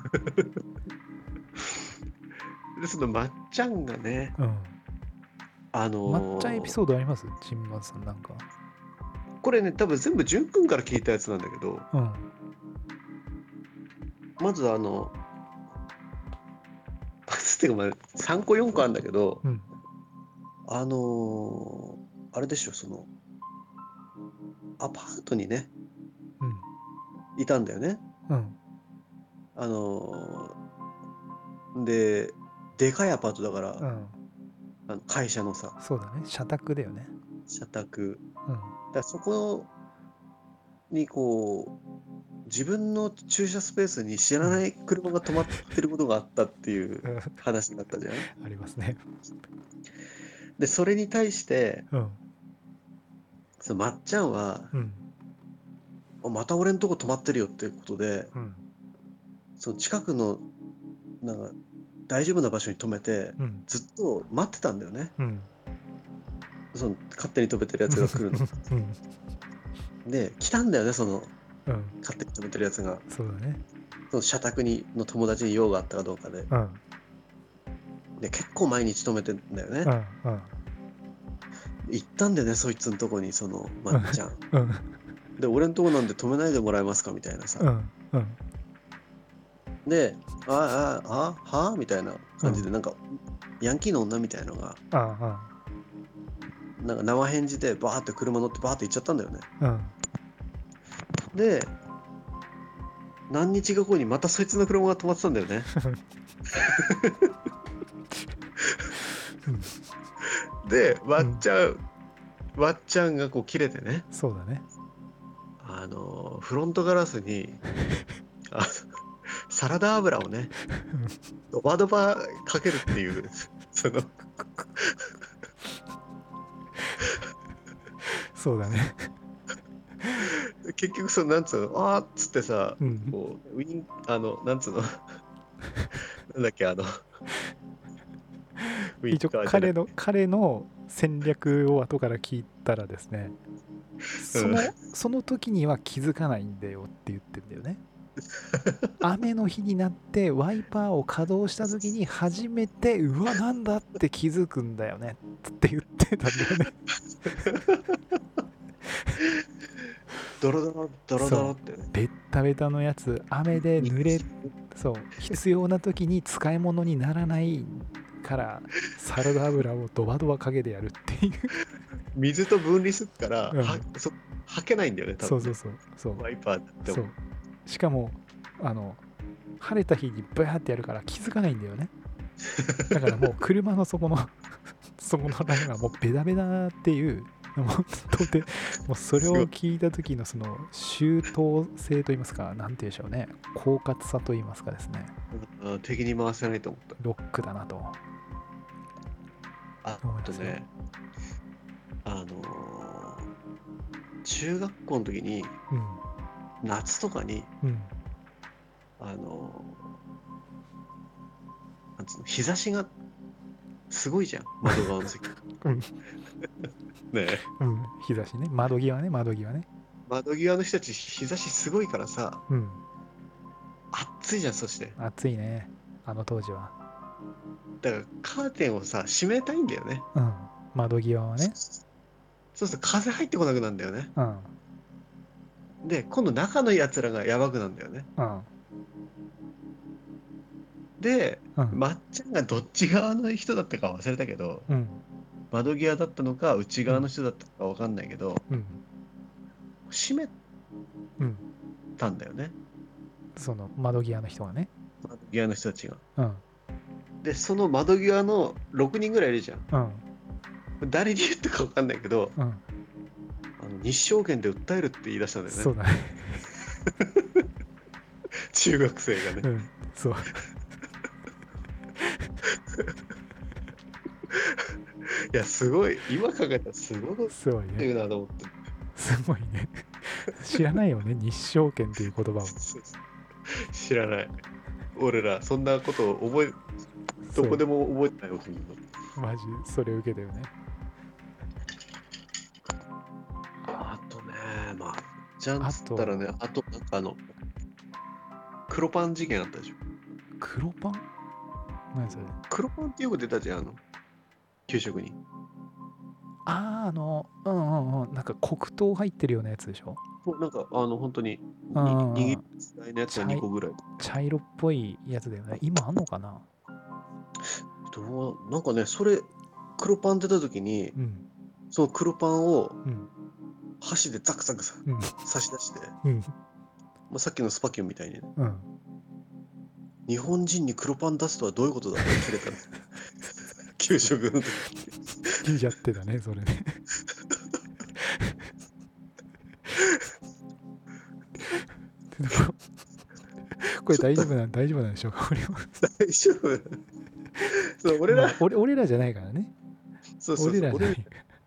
で、そのまっちゃんがね、 まっちゃんエピソードあります？チンマンさんなんか。 これね、多分全部淳くんから聞いたやつなんだけど、まずっていうか、3個4個あるんだけど、あれでしょ、アパートにね、いたんだよね。で、でかいアパートだから、会社のさ。 そうだね、社宅だよね。 社宅。だそこにこう、自分の駐車スペースに知らない車が止まってることがあったっていう話があったじゃん。 ありますね。 で、それに対して、まっちゃんは、また俺んとこ止まってるよっていうことで、その近くのなんか大丈夫な場所に止めて、ずっと待ってたんだよね。その勝手に止めてるやつが来るの。で、来たんだよね、勝手に止めてるやつが。 そうだね。 その社宅の友達に用があったかどうかで。で、結構毎日止めてんだよね。行ったんだよね、そいつのとこに、まっちゃん。で、俺んとこなんで止めないでもらえますかみたいなさ。で、はみたいな感じで、なんか、ヤンキーの女みたいのが、なんか生返事でバーって車乗ってバーって行っちゃったんだよね。で、何日か後にまたそいつの車が止まってたんだよね。で、わっちゃんがこう切れてね。 そうだね。 フロントガラスにサラダ油をね、ドバドバかけるっていう、 そうだね。 結局なんつうの、っつってさ、こうなんつうの、なんだっけ、 一応彼の戦略を後から聞いたらですね、その時には気づかないんだよって言ってんだよね。 雨の日になってワイパーを稼働した時に初めてうわなんだって気づくんだよねって言ってたんだよね。 ドロドロドロドロってね。 ベッタベタのやつ雨で濡れそう必要な時に使い物にならないからサラダ油をドバドバかけてやるっていう水と分離するから、はけないんだよね多分ね。 そうワイパーだってそうしかも晴れた日にブワーってやるから気づかないんだよね。だからもう車の底のラインがもうベタベタっていうもうそれを聞いた時のその周到性といいますか、なんていうんでしょうね、狡猾さといいますかですね。 敵に回せないと思った。 ロックだなと。 あとね、中学校の時に、夏とかに、なんつうの、日差しがすごいじゃん、窓側の席。ねえ。 日差しね、窓際ね。 窓際の人たち、日差しすごいからさ、暑いじゃん、そして。 暑いね、あの当時は。 だからカーテンをさ、閉めたいんだよね。 窓際はね。 そうすると風入ってこなくなるんだよね。で、今度中のやつらがやばくなんだよね。で、まっちゃんがどっち側の人だったか忘れたけど、窓際だったのか内側の人だったのか分かんないけど、閉めたんだよね。 その窓際の人がね。 窓際の人たちが。で、その窓際の6人ぐらいいるじゃん。誰に言ったか分かんないけど、日証券で訴えるって言い出したんだよね。 そうだね。 中学生がね。 そう。 いや、すごい、今考えたらすごいね。なと思って。 すごいね。知らないよね、日証券っていう言葉を。 知らない。俺ら、そんなことをどこでも覚えてないよ、 マジ、それ受けたよね。 あとね、まあ、じゃんっつったらね、あと、なんか黒パン事件あったでしょ。 黒パン？何それ？ 黒パンってよく出たじゃん、給食に。 なんか黒糖入ってるようなやつでしょ。 なんか本当に握りのやつが2個ぐらい。 茶色っぽいやつだよね。今あんのかな？ なんかね、それ黒パン出た時に、その黒パンを箸でザクザク差し出して、さっきのスパキュンみたいにね、日本人に黒パン出すとはどういうことだって切れたの。給食の時。 やってたね、それね。これ大丈夫なんでしょうか、俺は。 大丈夫。そう、 俺らじゃないからね。 そう。俺らじゃない。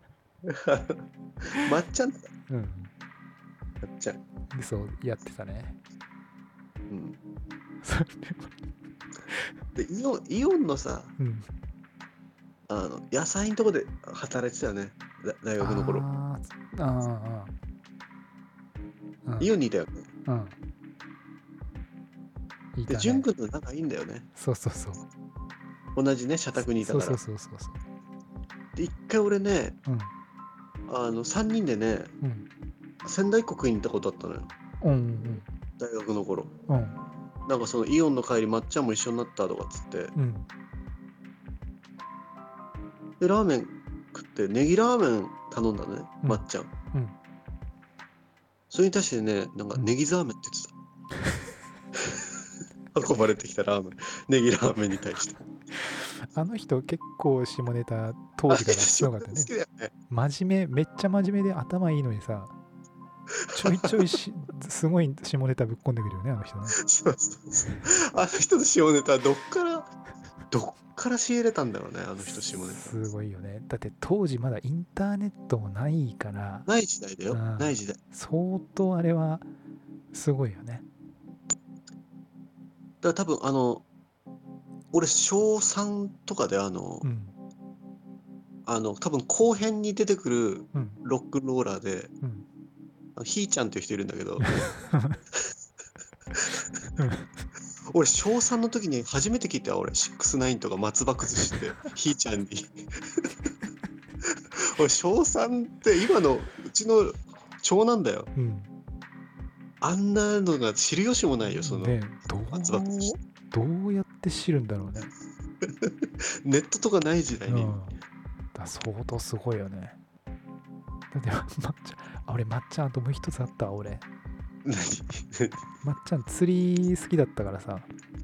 まっちゃんだ。まっちゃん。 そう、やってたね。 で、イオンのさ、野菜のとこで働いてたよね、大学の頃。イオンにいたよね。で、淳君と仲いいんだよね。 そう。 同じね、社宅にいたから。そう。で、一回俺ね、3人でね、仙台国に行ったことあったのよ。大学の頃。なんかそのイオンの帰り、まっちゃんも一緒になったとかっつって。で、ラーメン食って、ネギラーメン頼んだね、まっちゃん。それに対してね、なんかネギザーメンって言ってた。運ばれてきたラーメン、ネギラーメンに対して。 あの人結構下ネタ当時から強かったね。真面目、めっちゃ真面目で頭いいのにさ、ちょいちょいすごい下ネタぶっこんでくるよね、あの人ね。 そう。あの人の下ネタどっから仕入れたんだろうね、あの人下ネタ。 すごいよね。だって当時まだインターネットもないから。 ない時代だよ、ない時代。 相当あれはすごいよね。 だから多分俺小3とかで多分後編に出てくるロックンローラーで、ひーちゃんっていう人いるんだけど俺、小3の時に初めて聞いたよ、俺、6ix9ineとか松葉崩しって、ひーちゃんに。俺、小3って今のうちの長男だよ。あんなのが知る由もないよ、その松葉崩し。 どうやって知るんだろうね。 ネットとかない時代に。 相当すごいよね。だって俺、まっちゃんともう一つあった、俺。 何まっちゃん釣り好きだったからさ。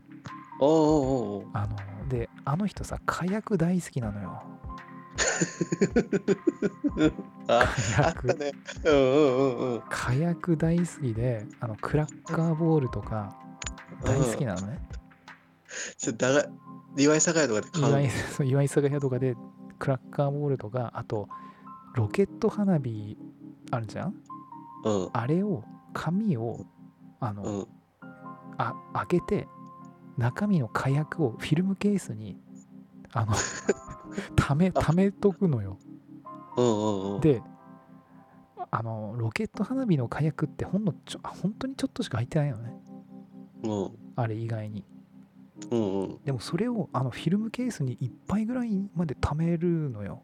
で、あの人さ、火薬大好きなのよ。火薬大好きで、クラッカーボールとか大好きなのね。 岩井酒屋とかで買う岩井酒屋とかでクラッカーボールとか、あとロケット花火あるじゃん、あれを紙を開けて中身の火薬をフィルムケースにためとくのよ。でロケット花火の火薬って本当にちょっとしか入ってないのね、あれ以外に。でもそれをフィルムケースに1杯ぐらいまで貯めるのよ。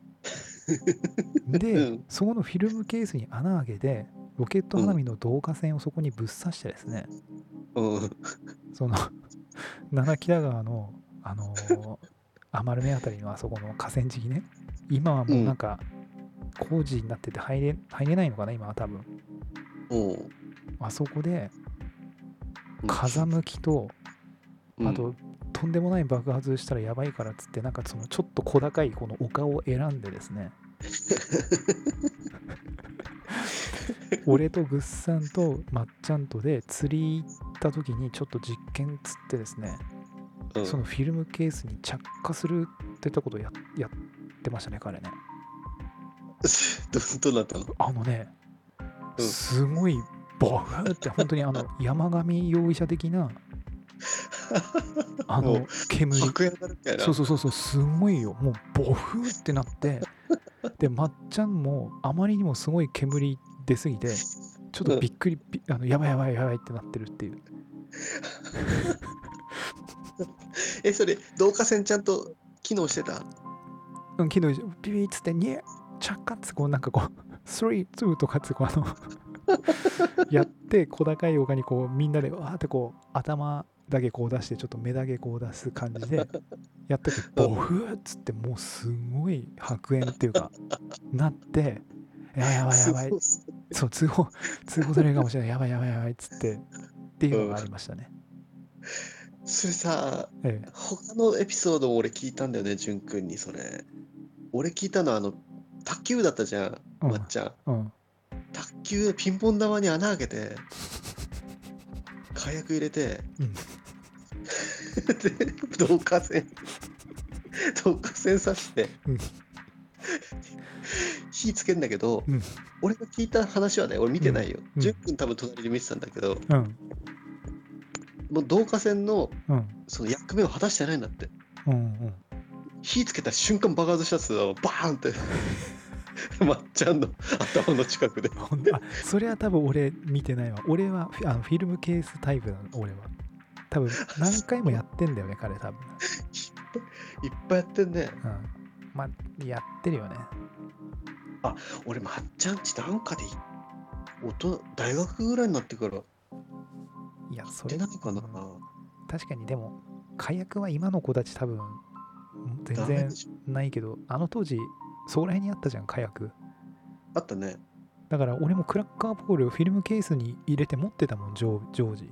で、そこのフィルムケースに穴開けてロケット花火の導火線をそこにぶっ刺してですね、その七木田川の余目あたりのあそこの河川敷ね、今はもうなんか工事になってて入れないのかな今は多分。あそこで風向きとあととんでもない爆発したらやばいからっつって、なんかそのちょっと小高いこの丘を選んでですね俺とぐっさんとまっちゃんとで釣り行った時にちょっと実験つってですね、そのフィルムケースに着火するってたことをやってましたね、彼ね。 どうなったの？ すごいボフーって本当に山上容疑者的な煙。そうすごいよ、もうボフーってなって、でまっちゃんもあまりにもすごい煙出すぎてちょっとびっくり、やばいってなってるっていう。 それ導火線ちゃんと機能してた？ 機能ピピッつって着火っつなんかこう3、2とかっつやって小高い丘にこうみんなでわーってこう頭だけこう出してちょっと目だけこう出す感じでやった時ボフーっつってもうすごい白煙っていうかなって、やばいそう通報されるかもしれない、やばいっつってっていうのがありましたね。 それさ、他のエピソードも俺聞いたんだよね、淳君に。それ俺聞いたのは卓球だったじゃん、まっちゃん。卓球ピンポン玉に穴開けて火薬入れて、で導火線刺して、火つけんだけど、俺が聞いた話はね、俺見てないよ。淳君多分隣で見てたんだけど、もう導火線のその役目を果たしてないんだって。火つけた瞬間爆発したっつうのバーンってまっちゃんの頭の近くでそれは多分俺見てないわ。俺はフィルムケースタイプなの。俺は多分何回もやってんだよね彼多分。 いっぱいやってんね。 まあやってるよね。 俺まっちゃんちなんかで大学ぐらいになってからそれなのかな。 確かに。でも火薬は今の子たち多分全然ないけど、当時そこら辺にあったじゃん、火薬。 あったね。 だから俺もクラッカーボールをフィルムケースに入れて持ってたもん、常時。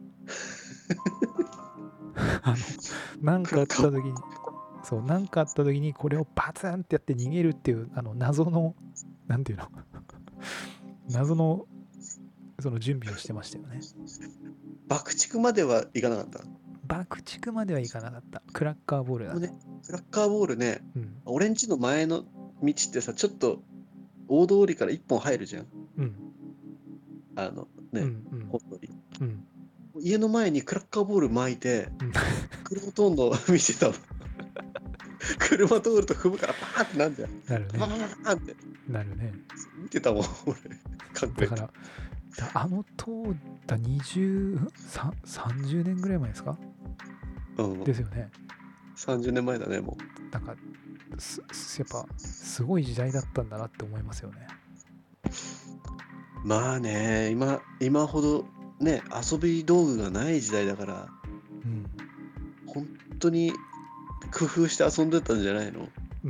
なんかあった時にこれをバツンってやって逃げるっていう謎のなんていうの謎のその準備をしてましたよね。 爆竹まではいかなかった？ 爆竹まではいかなかった。クラッカーボールだね。 クラッカーボールね、俺んちの前の道ってさ、ちょっと大通りから一本入るじゃん。本当に。家の前にクラッカーボール巻いて、車通るの見せたの。車通ると踏むからパーってなんじゃん。 なるね。 パーって。 なるね。 見てたもん、俺。 だからあの当だ30年ぐらい前ですか、ですよね。 30年前だね、もう。なんか、やっぱ、すごい時代だったんだなって思いますよね。 まあね、今ほどね、遊び道具がない時代だから、本当に工夫して遊んでたんじゃないの？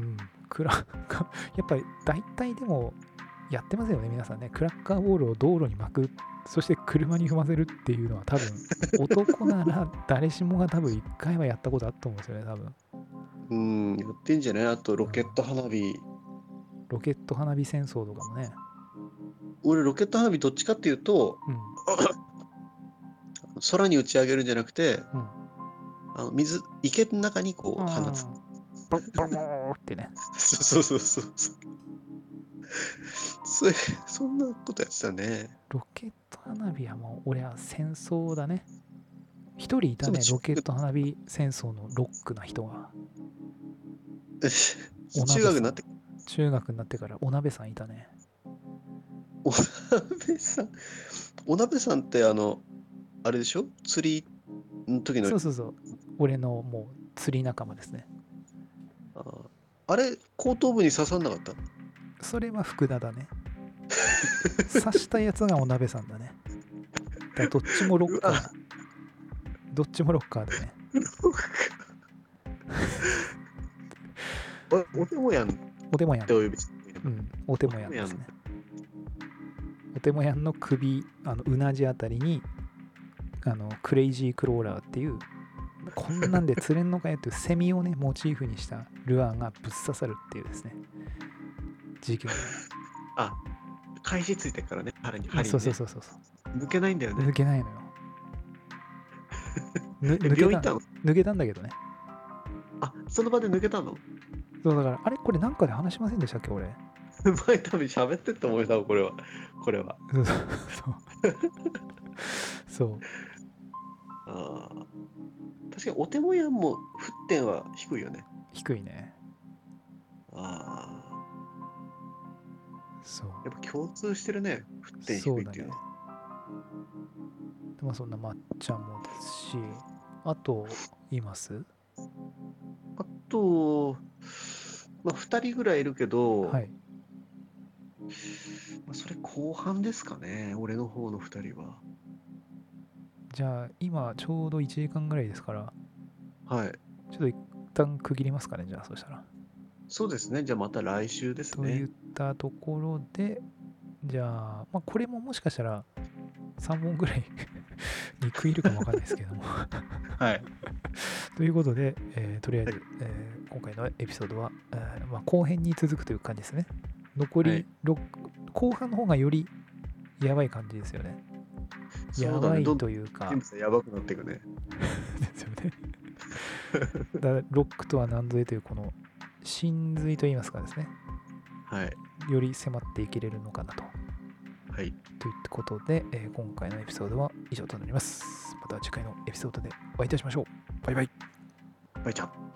やっぱり大体でもやってますよね、皆さんね。クラッカーボールを道路に巻く、そして車に踏ませるっていうのは多分、男なら誰しもが多分1回はやったことあったと思うんですよね、多分。やってんじゃない？あとロケット花火。 ロケット花火戦争とかもね。 俺、ロケット花火どっちかっていうと、空に打ち上げるんじゃなくて、池の中にこう放つ。 ボンボンボンってね。 そう。そんなことやってたね。 ロケット花火はもう、俺は戦争だね。一人いたね、ロケット花火戦争のロックな人が。 中学になってから、お鍋さんいたね。 お鍋さんってあれでしょ？釣りの時の。 そう。俺のもう釣り仲間ですね。 あれ、後頭部に刺さんなかった？ それは福田だね。刺したやつがお鍋さんだね。どっちもロッカー。どっちもロッカーだね。 お手もやん。 お手もやん。 お呼びしてお手もやんですね。お手もやんの首、うなじあたりに、クレイジークローラーっていう、こんなんで釣れんのかよっていうセミをね、モチーフにしたルアーがぶっ刺さるっていうですね、事件。 返しついてからね、針にね。 そう。 抜けないんだよね。 抜けないのよ。抜けたんだけどね。 その場で抜けたの？ そうだから、あれこれなんかで話しませんでしたっけ、俺。 前多分喋ってって思いたこれは。 そう。 確かにお手もやんも沸点は低いよね。 低いね。そう。 やっぱ共通してるね、沸点低いっていうのは。 でもそんなまっちゃんもですし、あと言います？ あと、2人ぐらいいるけど、それ後半ですかね、俺の方の2人は。 じゃあ今ちょうど1時間ぐらいですから、 ちょっと一旦区切りますかね、じゃあそしたら。 そうですね、じゃあまた来週ですね。 といったところで、じゃあ、これももしかしたら3本ぐらいに区切るかもわかんないですけどもということで、とりあえず、今回のエピソードは、後編に続くという感じですね。残り後半の方がよりやばい感じですよね。やばいというか。 やばくなっていくね。 ですよね。だロックとは何ぞえというこの真髄といいますかですね。より迫っていけれるのかなと。ということで、今回のエピソードは以上となります。また次回のエピソードでお会いいたしましょう。バイバイ。 バイチャ。